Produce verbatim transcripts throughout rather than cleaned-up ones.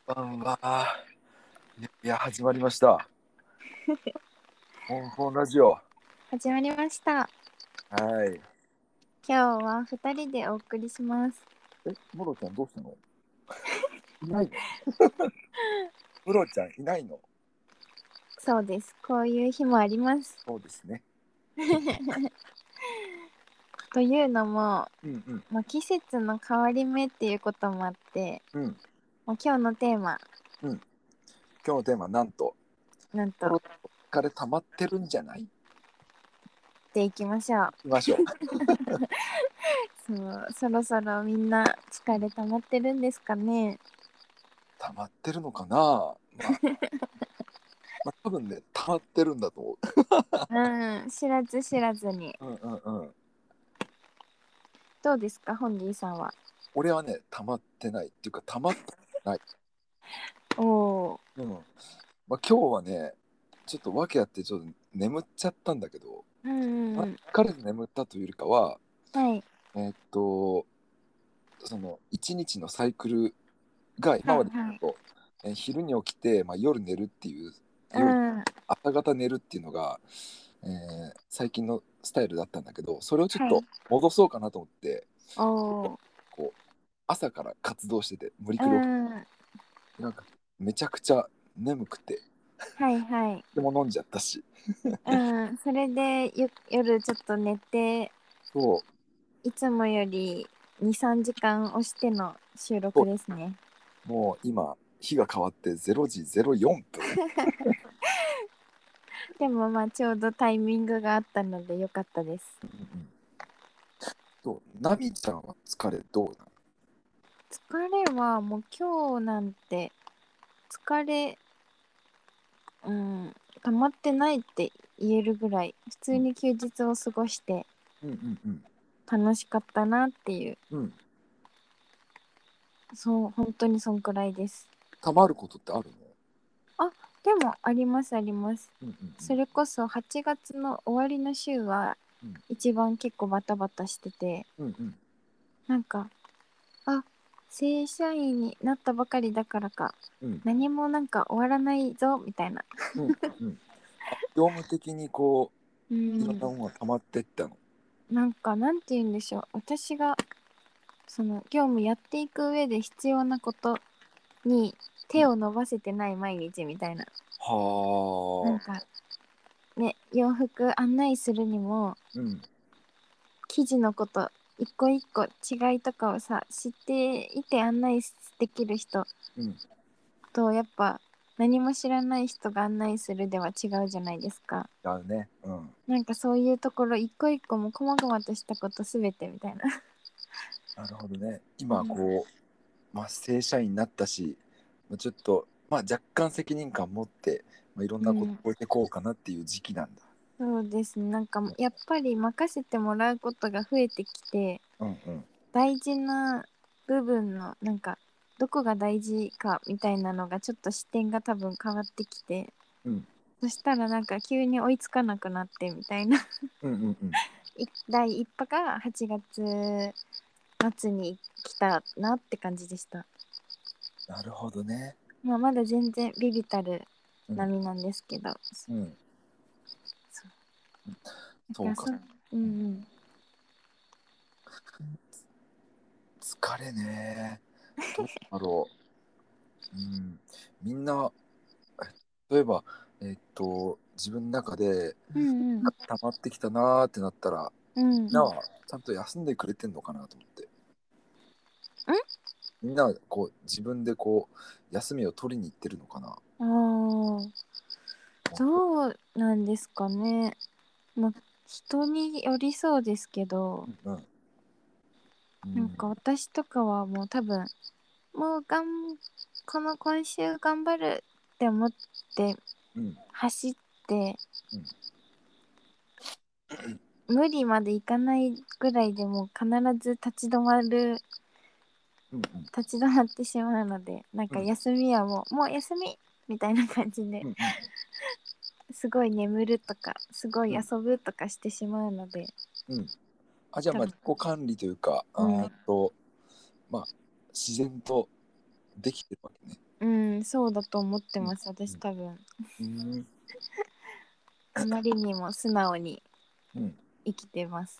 ばんは。いや、いや始まりました。本本ラジオ。 始まりました。 はい。 今日は二人でお送りします。 え、ムロちゃんどうしたの？いないの？ムロちゃんいないの？ そうです。こういう日もあります。 そうですね。 というのも、 うんうんまあ、季節の変わり目っていうこともあって、 うんまあ、今日のテーマ、 うん。今日のテーマはなんと、 なんと、 コロ疲れ溜まってるんじゃない？ でいきましょう。 行きましょう。 そう、そろそろみんな疲れ溜まってるんですかね。 溜まってるのかな。まあ、まあ、多分ね、溜まってるんだと思うん、知らず知らずに。 う。うんうんうん。 どうですか、ホンディさんは。 俺はね、溜まってないっていうか、溜まってない。 おお。 うん。まあ、今日はね、ちょっと訳あってちょっと眠っちゃったんだけど、 うんうんまあ、 うん。 彼で眠ったというよりかは、 はい。 えーっと、その一日のサイクルが今まではいはい。 と、えー昼に起きて、まあ、夜寝るっていう、 う夜、 ん。 朝方寝るっていうのが、えー最近のスタイルだったんだけど、それをちょっはい。 と戻そうかなと思って、 おお。 こう、朝から活動してて、無理うくり起ん。 きて、なんかめちゃくちゃ眠くて、 はいはい。 でも飲んじゃったし、 うん、それでよ夜ちょっと寝て、 そう、 いつもよりに、さんじかん押しての収録そうですね。 もう今、日が変わってれいじぜろよんぷん。 でもまあちょうどタイミングがあったのでよかったです。 うんうんそう、ナミちゃんは疲れどうなの？ 疲れはもう今日なんて疲れ、うん、溜まってないって言えるぐらい普通に休日を過ごしてうんうんうん楽しかったなっていう、 うん。 そう、本当にそんくらいです。 たまることってあるの？ あ、でもありますあります。 うんうんそれこそはちがつの終わりの週はうん一番結構バタバタしてて、 うんうんなんか、あ、正社員になったばかりだからか、 うん何もなんか終わらないぞみたいな。 うんうん。あ、業務的にこうういろんなん、 ものがたまってったの？ なんかなんて言うんでしょう。私がその業務やっていく上で必要なことにうん。 手を伸ばせてない毎日みたいな。なんはあ。 かね、洋服案内するにもうん生地のこと一個一個違いとかをさ知っていて案内できる人うん。 とやっぱ何も知らない人が案内するでは違うじゃないですか。 だね。うん。 なんかそういうところ一個一個も細々としたことすべてみたいな。 なるほどね。 うん、 今こう、まあ、正社員になったし、まあ、ちょっと、まあ、若干責任感持って、まあ、いろんなことうん、 を超えていこうかなっていう時期なんだ。 そうですね。なんかやっぱり任せてもらうことが増えてきて、 うんうん大事な部分のなんかどこが大事かみたいなのがちょっと視点が多分変わってきて、 うんそしたらなんか急に追いつかなくなってみたいな。 うんうんうん。 い第一波がはちがつ末に来たなって感じでした。 なるほどね。 まあ、まだ全然ビビたるうん波なんですけど。 うん。 そう。 そうか。 だからそ、うんうん。 疲れね。どうだろう。うん。みんな、え例えば、えっと、自分の中でうんうん。 溜まってきたなーってなったら、 うん。んみんなはちゃんと休んでくれてんのかなと思って。みんなはこう自分でこう休みを取りに行ってるのかな。 ああ、どうなんですかね。まあ、人によりそうですけど、 うんうんうなんかん私とかはもう多分、もうがん、この今週頑張るって思ってうん走って、 うん無理までいかないぐらいでも必ず立ち止まる、 うん立ち止まってしまうので、なんかうん休みはもう、もう休みみたいな感じで、 うんうんすごい眠るとか、すごいうん遊ぶとかしてしまうので、 うん。あ、じゃあ多分、 まあ自己管理というか、あうん、 ーっとまあ自然とできてるわけね。 うん、そうだと思ってうんます、私多分。 うんあまりにも素直にうん生きてます。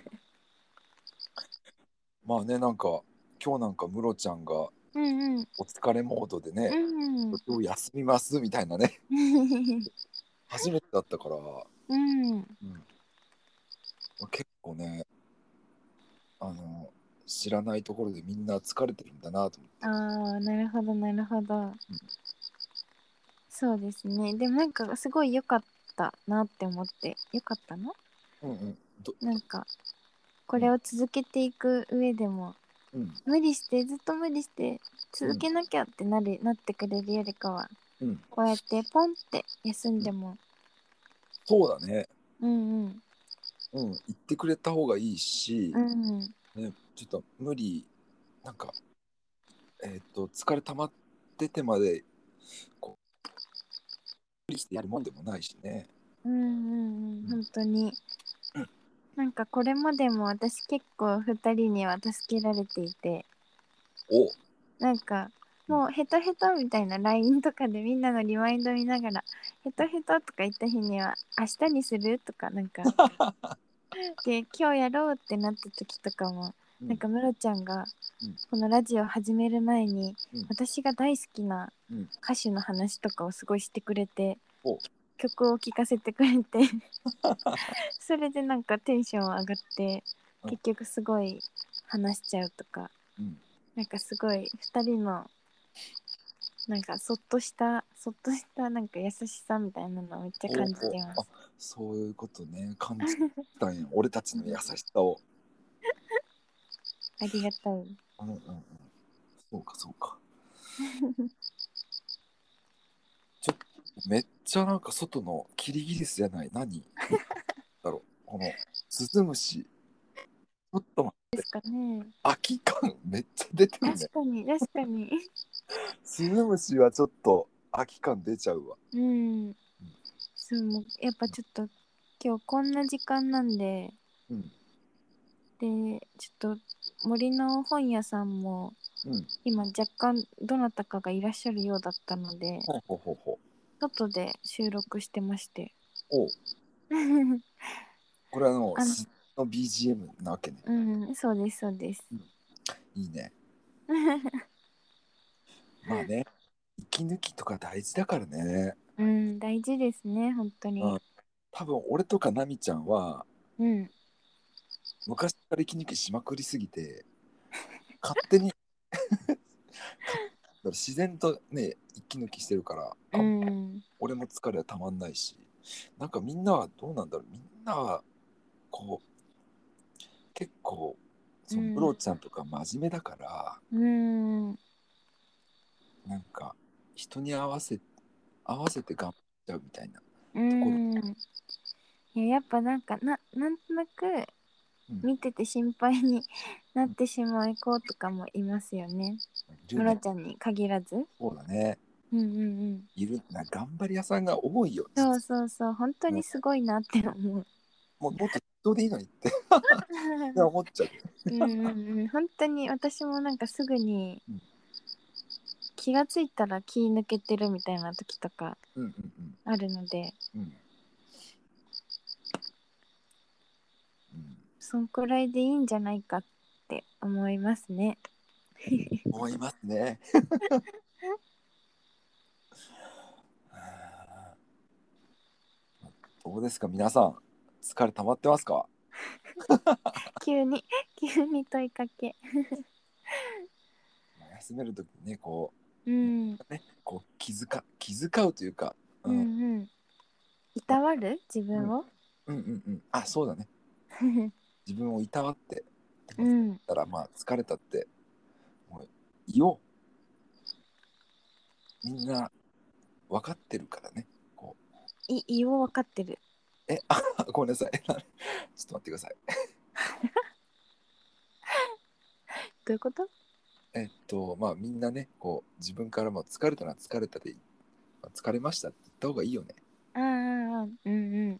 まあね、なんか今日なんかムロちゃんがうんうん。 お疲れモードでね、 うん。 今日休みますみたいなね、初めてだったから、 うん。 うんまあ結構ね、あの知らないところでみんな疲れてるんだなと思って。 ああ、なるほど、なるほど。 うんそうですね。でもなんかすごい良かったなって思って。良かったのうんうんどなんか、これを続けていく上でも、 うん無理して、ずっと無理してうん続けなきゃってなる、なってくれるよりかは、 うんこうやってポンって休んでも、 そうだね。 うんうん。 うん言ってくれた方がいいし、 うんね、ちょっと無理なんかえっ、と疲れ溜まっててまでこう無理してやるもんでもないしね。 うんうんうん、 うん本当に。なんかこれまでも私結構ふたりには助けられていて、 おなんかもうヘトヘトみたいな ライン とかでみんなのリマインド見ながら、ヘトヘトとか言った日には明日にするとかなんか、で今日やろうってなった時とかも、 うんなんかムロちゃんがうんこのラジオ始める前に、 うん私が大好きなうん歌手の話とかをすごいしてくれて、 お曲を聴かせてくれてそれでなんかテンション上がってうん結局すごい話しちゃうとか、 うんなんかすごいふたりのなんかそっとしたそっとしたなんか優しさみたいなのをめっちゃお感じておあます。 そういうことね感じたんや俺たちの優しさを。 ありがたい。 うんうんうんそうかそうか。ちょっとめっちゃなんか外のキリギリスじゃない何だろうこのスズムシちょっと待ってですかね。 空き感めっちゃ出てるね。 確かに確かにスズムシはちょっと空き感出ちゃうわ。 うんそうもうやっぱちょっと今日こんな時間なんで、 うんでちょっと森の本屋さんもうん今若干どなたかがいらっしゃるようだったのでほうほうほうほう外で収録してましておうこれはあのあのスの ビージーエム なわけね。 うんそうですそうです。 いいね。まあね息抜きとか大事だからね。 うん大事ですね本当に。 うん多分俺とかナミちゃんはうん昔から息抜きしまくりすぎて勝手にか自然とね息抜きしてるからうあん俺も疲れはたまんないし、なんかみんなはどうなんだろう。みんなはこう結構そのブロうんちゃんとか真面目だからうんなんか人に合わせ合わせて頑張っちゃうみたいなうところ、 んいややっぱなんかななんとなくうん、 見てて心配になってしまう子とかもいますよね。 いるね。 ムロちゃんに限らず。 そうだね。 うんうんうん。 いるな頑張り屋さんが多いよそう実そうそう、本当は、ね、 にすごいなって思う。 ももっと人でいいのにって思っちゃう。 うんうんうん、本当に私もなんかすぐにうん気がついたら気抜けてるみたいな時とかうんうんあるので、 うんうんうんそんくらいでいいんじゃないかって思いますね。 思いますね。どうですか皆さん疲れ溜まってますか？ 急に急に問いかけ。 休めるときにねこううんねこう気遣気遣うというか、ううんん、 うん。いたわる自うん分を。 うんうんうんあそうだね自分をいたわってでもうんたらまあ疲れたってもう言おうみんな分かってるからねこういいを分かってる。 えあごめんなさいちょっと待ってください。 どういうこと？ えっとまあみんなねこう自分からも疲れたら疲れたで、まあ疲れましたって言った方がいいよね。 ああああうん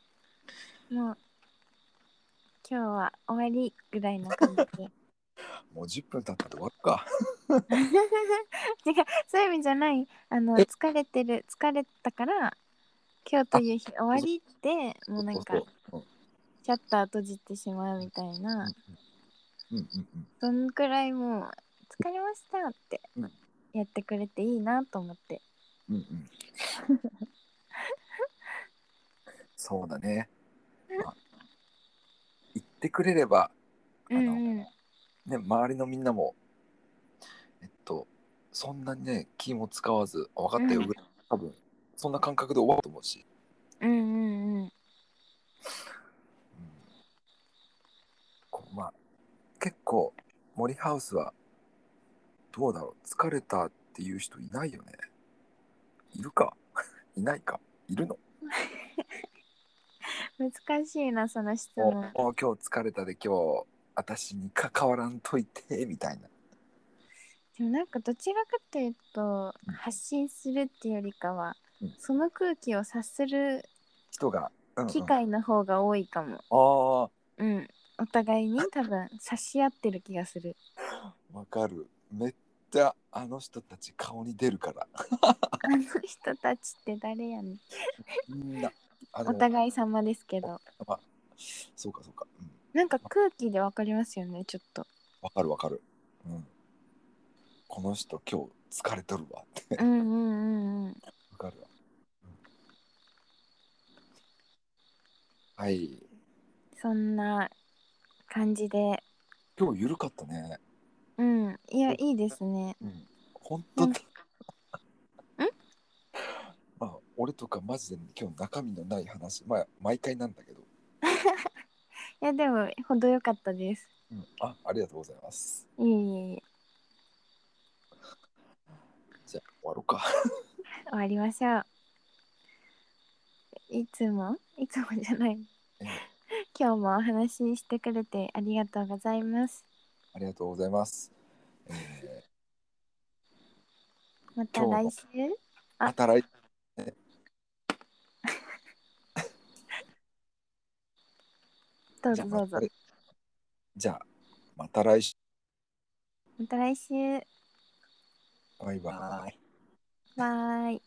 うん。もう今日は終わりぐらいな感じで。 もうじゅっぷん経ったら終わるか。 違う、そういう意味じゃない。あの、 え疲れてる、疲れたから、今日とあ、 いう日終わりって、もうなんか、 そうそう。 シャッター閉じてしまうみたいな、 うんうんうんそんくらいもう、疲れましたってうんやってくれていいなと思って。 うんうん。そうだね。まあ、言ってくれれば、 うあの、 んうん。 ね、周りのみんなも、えっと、そんなにね、気も使わず、あ分かったよ、 うん多分、そんな感覚で終わると思うし、 うんうんうん。 うん、こうまあ、結構、森ハウスは、どうだろう、疲れたっていう人いないよね。いるかいないかいるの？ 難しいな、その質お問。 お今日疲れたで今日、私に関わらんといて、みたいな。 でもなんかどちらかというと、 うん発信するっていうよりかは、 うんその空気を察する人が、うんうん。 機会の方が多いかも。 あうん。お互いに多分察し合ってる気がする。 あ、わかる。めっちゃあの人たち顔に出るから。 あの人たちって誰やねん。 みんな。あ、でおも、 互い様ですけど。 まあ、そうかそうか。うん。 なんか空気でわかりますよね、ちょっと。 わかるわかる。うん。この人今日疲れとるわって。 うんうんうんうん。 わかるわ。うん、はい。 そんな感じで。 今日緩かったね。 うん。いや、 おいいですね。 うん。本当だ。 なんんまあ、俺とかマジで今日中身のない話、まあ、毎回なんだけど。 いや、でも、程よかったです。 うん。あ、ありがとうございます。 いえいえいえ。 じゃあ、終わろうか。 終わりましょう。いつもいつもじゃない。 えー今日もお話ししてくれてありがとうございます。 ありがとうございます。えーまた今日の、 来週。あ、 また来、じゃあ、 どうぞどうぞ。 また、じゃあ、また来週。 また来週。 バイバイ。 バイ。